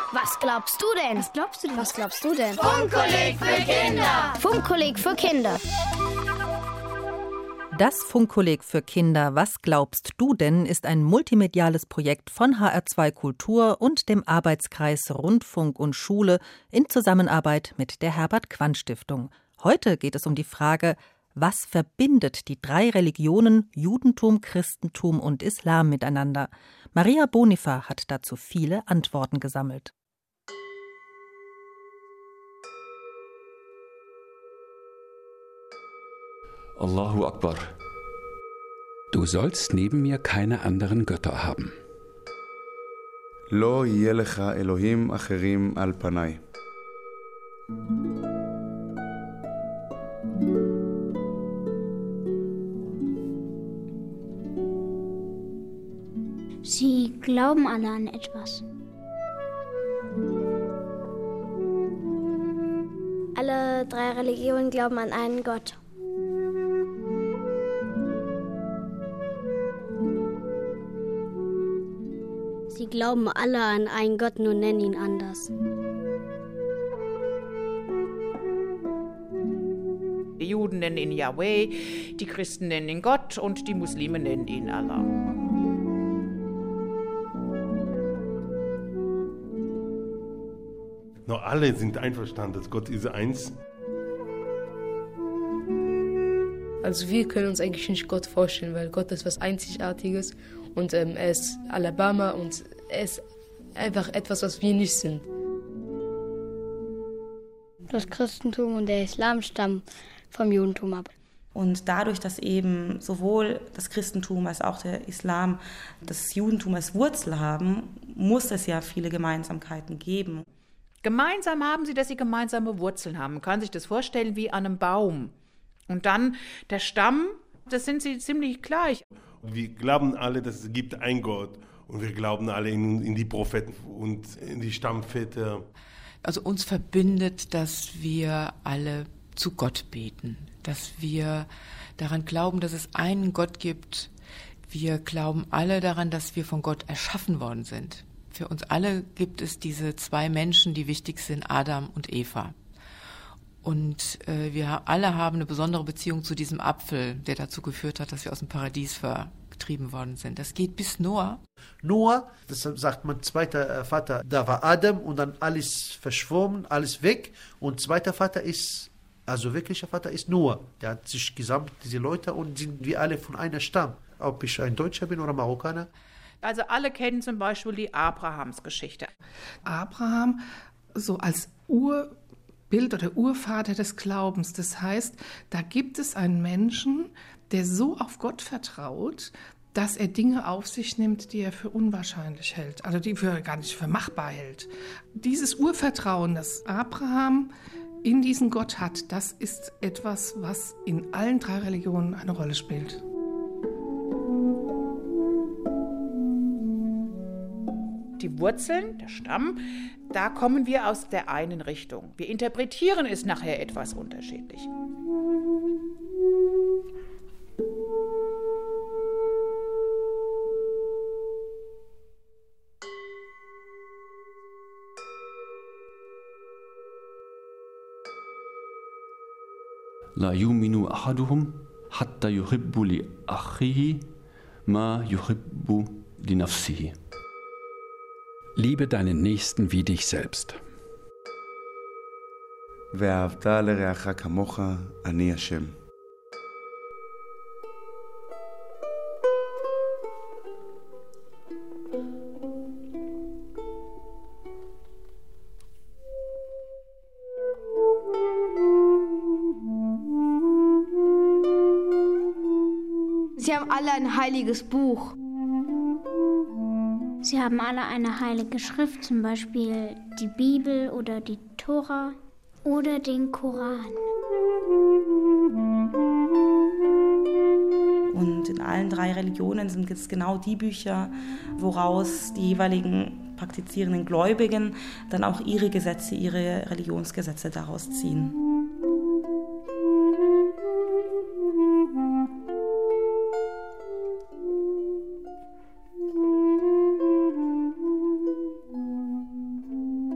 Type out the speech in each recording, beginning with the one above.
Was glaubst du denn? Was glaubst du denn? Was glaubst du denn? Funkkolleg für Kinder. Funkkolleg für Kinder. Das Funkkolleg für Kinder Was glaubst du denn? Ist ein multimediales Projekt von HR2 Kultur und dem Arbeitskreis Rundfunk und Schule in Zusammenarbeit mit der Herbert-Quandt-Stiftung. Heute geht es um die Frage, was verbindet die 3 Religionen Judentum, Christentum und Islam miteinander? Maria Bonifa hat dazu viele Antworten gesammelt. Allahu Akbar. Du sollst neben mir keine anderen Götter haben. לא יהיה לך אלוהים אחרים על פניי. Sie glauben alle an etwas. Alle 3 Religionen glauben an einen Gott. Sie glauben alle an einen Gott, nur nennen ihn anders. Die Juden nennen ihn Yahweh, die Christen nennen ihn Gott und die Muslime nennen ihn Allah. Nur alle sind einverstanden, dass Gott ist eins. Also wir können uns eigentlich nicht Gott vorstellen, weil Gott ist was Einzigartiges und er ist Alabama und er ist einfach etwas, was wir nicht sind. Das Christentum und der Islam stammen vom Judentum ab. Und dadurch, dass eben sowohl das Christentum als auch der Islam das Judentum als Wurzel haben, muss es ja viele Gemeinsamkeiten geben. Gemeinsam haben sie, dass sie gemeinsame Wurzeln haben. Man kann sich das vorstellen wie an einem Baum. Und dann der Stamm, das sind sie ziemlich gleich. Wir glauben alle, dass es gibt einen Gott. Und wir glauben alle in die Propheten und in die Stammväter. Also uns verbindet, dass wir alle zu Gott beten. Dass wir daran glauben, dass es einen Gott gibt. Wir glauben alle daran, dass wir von Gott erschaffen worden sind. Für uns alle gibt es diese 2 Menschen, die wichtig sind, Adam und Eva. Und wir alle haben eine besondere Beziehung zu diesem Apfel, der dazu geführt hat, dass wir aus dem Paradies vertrieben worden sind. Das geht bis Noah. Noah, das sagt man, zweiter Vater, da war Adam und dann alles verschwommen, alles weg. Und zweiter Vater ist, also wirklicher Vater ist Noah. Der hat sich gesammelt, diese Leute, und sind wir alle von einer Stamm. Ob ich ein Deutscher bin oder Marokkaner. Also alle kennen zum Beispiel die Abrahams-Geschichte. Abraham so als Urbild oder Urvater des Glaubens. Das heißt, da gibt es einen Menschen, der so auf Gott vertraut, dass er Dinge auf sich nimmt, die er für unwahrscheinlich hält, also die er gar nicht für machbar hält. Dieses Urvertrauen, das Abraham in diesen Gott hat, das ist etwas, was in allen 3 Religionen eine Rolle spielt. Die Wurzeln, der Stamm, da kommen wir aus der einen Richtung. Wir interpretieren es nachher etwas unterschiedlich. La yuminu ahaduhum hatta yuhibbu li akhihi ma yuhibbu li nafsihi. Liebe deinen Nächsten wie dich selbst. ואהבת לרעך כמוך, אני השם. Sie haben alle ein heiliges Buch. Sie haben alle eine heilige Schrift, zum Beispiel die Bibel oder die Tora oder den Koran. Und in allen 3 Religionen sind es genau die Bücher, woraus die jeweiligen praktizierenden Gläubigen dann auch ihre Gesetze, ihre Religionsgesetze daraus ziehen.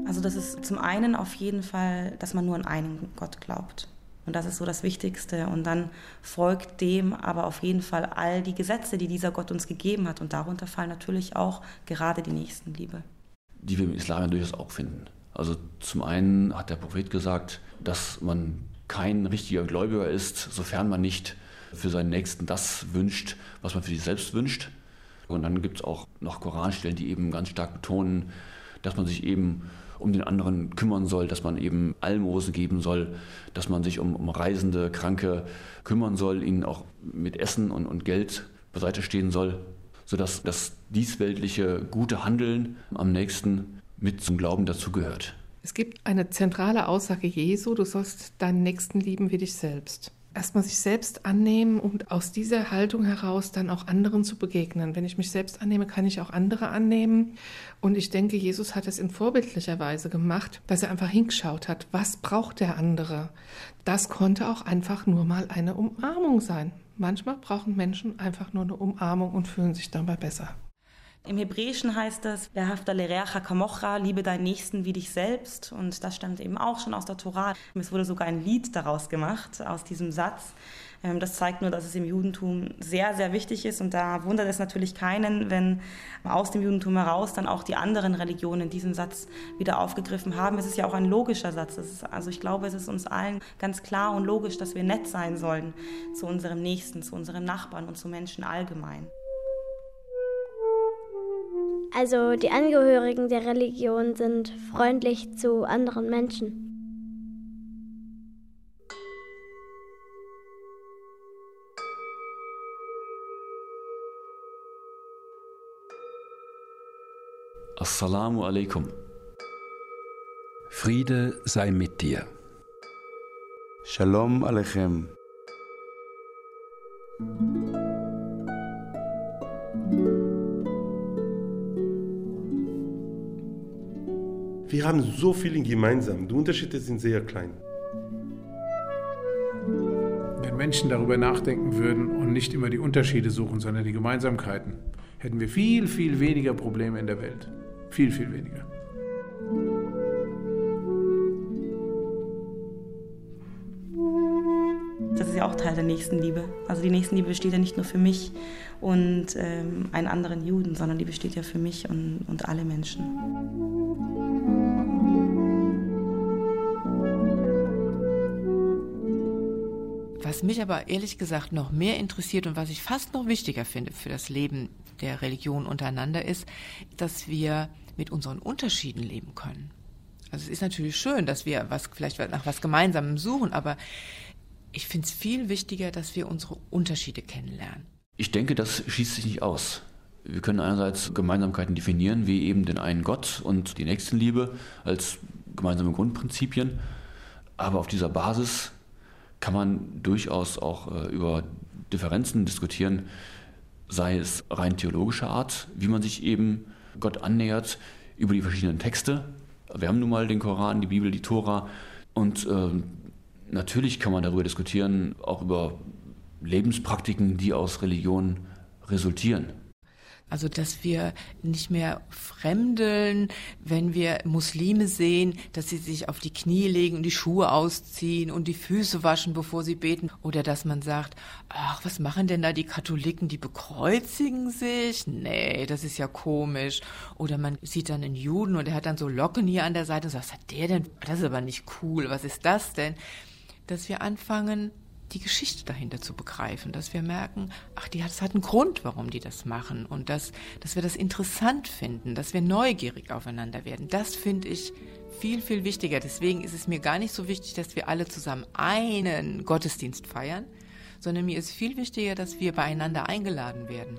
Also das ist zum einen auf jeden Fall, dass man nur an einen Gott glaubt. Und das ist so das Wichtigste. Und dann folgt dem aber auf jeden Fall all die Gesetze, die dieser Gott uns gegeben hat. Und darunter fallen natürlich auch gerade die Nächstenliebe. Die wir im Islam ja durchaus auch finden. Also zum einen hat der Prophet gesagt, dass man kein richtiger Gläubiger ist, sofern man nicht für seinen Nächsten das wünscht, was man für sich selbst wünscht. Und dann gibt es auch noch Koranstellen, die eben ganz stark betonen, dass man sich eben um den anderen kümmern soll, dass man eben Almosen geben soll, dass man sich um Reisende, Kranke kümmern soll, ihnen auch mit Essen und Geld beiseite stehen soll, sodass das diesweltliche gute Handeln am nächsten mit zum Glauben dazugehört. Es gibt eine zentrale Aussage Jesu, du sollst deinen Nächsten lieben wie dich selbst. Erstmal sich selbst annehmen und aus dieser Haltung heraus dann auch anderen zu begegnen. Wenn ich mich selbst annehme, kann ich auch andere annehmen. Und ich denke, Jesus hat es in vorbildlicher Weise gemacht, dass er einfach hingeschaut hat, was braucht der andere. Das konnte auch einfach nur mal eine Umarmung sein. Manchmal brauchen Menschen einfach nur eine Umarmung und fühlen sich dabei besser. Im Hebräischen heißt es, liebe deinen Nächsten wie dich selbst. Und das stammt eben auch schon aus der Tora. Es wurde sogar ein Lied daraus gemacht, aus diesem Satz. Das zeigt nur, dass es im Judentum sehr, sehr wichtig ist. Und da wundert es natürlich keinen, wenn aus dem Judentum heraus dann auch die anderen Religionen diesen Satz wieder aufgegriffen haben. Es ist ja auch ein logischer Satz. Also ich glaube, es ist uns allen ganz klar und logisch, dass wir nett sein sollen zu unserem Nächsten, zu unseren Nachbarn und zu Menschen allgemein. Also die Angehörigen der Religion sind freundlich zu anderen Menschen. Assalamu alaikum. Friede sei mit dir. Shalom aleichem. Wir haben so viel gemeinsam. Die Unterschiede sind sehr klein. Wenn Menschen darüber nachdenken würden und nicht immer die Unterschiede suchen, sondern die Gemeinsamkeiten, hätten wir viel, viel weniger Probleme in der Welt. Viel, viel weniger. Das ist ja auch Teil der Nächstenliebe. Also die Nächstenliebe besteht ja nicht nur für mich und einen anderen Juden, sondern die besteht ja für mich und alle Menschen. Was mich aber ehrlich gesagt noch mehr interessiert und was ich fast noch wichtiger finde für das Leben der Religion untereinander ist, dass wir mit unseren Unterschieden leben können. Also es ist natürlich schön, dass wir vielleicht nach was Gemeinsamem suchen, aber ich finde es viel wichtiger, dass wir unsere Unterschiede kennenlernen. Ich denke, das schließt sich nicht aus. Wir können einerseits Gemeinsamkeiten definieren, wie eben den einen Gott und die Nächstenliebe als gemeinsame Grundprinzipien, aber auf dieser Basis kann man durchaus auch über Differenzen diskutieren, sei es rein theologischer Art, wie man sich eben Gott annähert, über die verschiedenen Texte. Wir haben nun mal den Koran, die Bibel, die Tora und natürlich kann man darüber diskutieren, auch über Lebenspraktiken, die aus Religion resultieren. Also, dass wir nicht mehr fremdeln, wenn wir Muslime sehen, dass sie sich auf die Knie legen und die Schuhe ausziehen und die Füße waschen, bevor sie beten. Oder dass man sagt, ach, was machen denn da die Katholiken, die bekreuzigen sich? Nee, das ist ja komisch. Oder man sieht dann einen Juden und der hat dann so Locken hier an der Seite und sagt, was hat der denn? Das ist aber nicht cool, was ist das denn? Dass wir anfangen, die Geschichte dahinter zu begreifen, dass wir merken, ach, das hat einen Grund, warum die das machen und dass wir das interessant finden, dass wir neugierig aufeinander werden. Das finde ich viel, viel wichtiger. Deswegen ist es mir gar nicht so wichtig, dass wir alle zusammen einen Gottesdienst feiern, sondern mir ist viel wichtiger, dass wir beieinander eingeladen werden.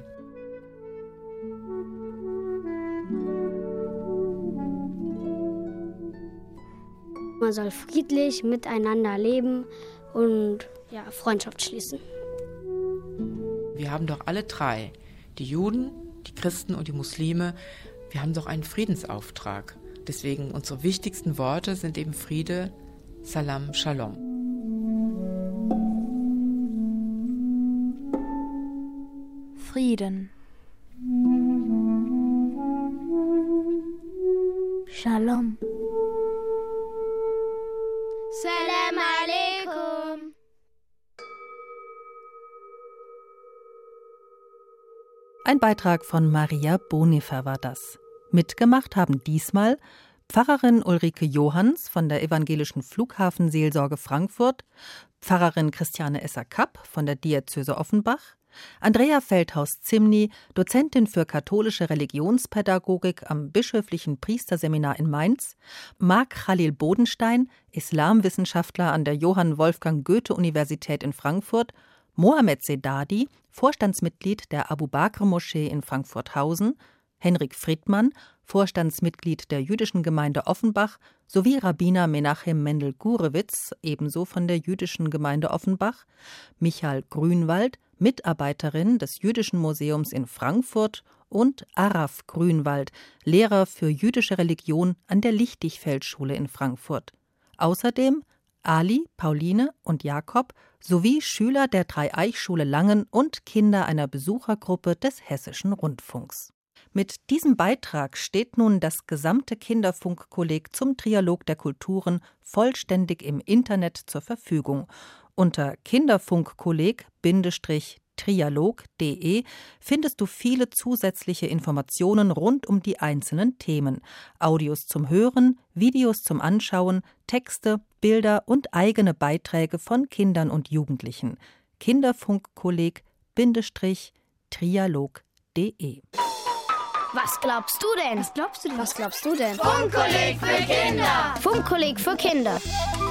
Man soll friedlich miteinander leben und Freundschaft schließen. Wir haben doch alle drei, die Juden, die Christen und die Muslime, wir haben doch einen Friedensauftrag. Deswegen unsere wichtigsten Worte sind eben Friede, Salam, Shalom. Frieden. Shalom. Salam alaikum. Ein Beitrag von Maria Bonifer war das. Mitgemacht haben diesmal Pfarrerin Ulrike Johanns von der Evangelischen Flughafenseelsorge Frankfurt, Pfarrerin Christiane Esser-Kapp von der Diözese Offenbach, Andrea Feldhaus-Zimny, Dozentin für katholische Religionspädagogik am Bischöflichen Priesterseminar in Mainz, Marc Khalil Bodenstein, Islamwissenschaftler an der Johann Wolfgang Goethe-Universität in Frankfurt, Mohamed Sedadi, Vorstandsmitglied der Abu-Bakr-Moschee in Frankfurt-Hausen, Henrik Friedmann, Vorstandsmitglied der jüdischen Gemeinde Offenbach, sowie Rabbiner Menachem Mendel Gurewitz, ebenso von der jüdischen Gemeinde Offenbach, Michael Grünwald, Mitarbeiterin des Jüdischen Museums in Frankfurt, und Araf Grünwald, Lehrer für jüdische Religion an der Lichtigfeld-Schule in Frankfurt. Außerdem Ali, Pauline und Jakob sowie Schüler der Dreieichschule Langen und Kinder einer Besuchergruppe des Hessischen Rundfunks. Mit diesem Beitrag steht nun das gesamte Kinderfunkkolleg zum Trialog der Kulturen vollständig im Internet zur Verfügung. Unter kinderfunkkolleg-trialog.de findest du viele zusätzliche Informationen rund um die einzelnen Themen. Audios zum Hören, Videos zum Anschauen, Texte, Bilder und eigene Beiträge von Kindern und Jugendlichen. Kinderfunkkolleg-trialog.de. Was glaubst du denn? Was glaubst du denn? Was glaubst du denn? Funkkolleg für Kinder. Funkkolleg für Kinder.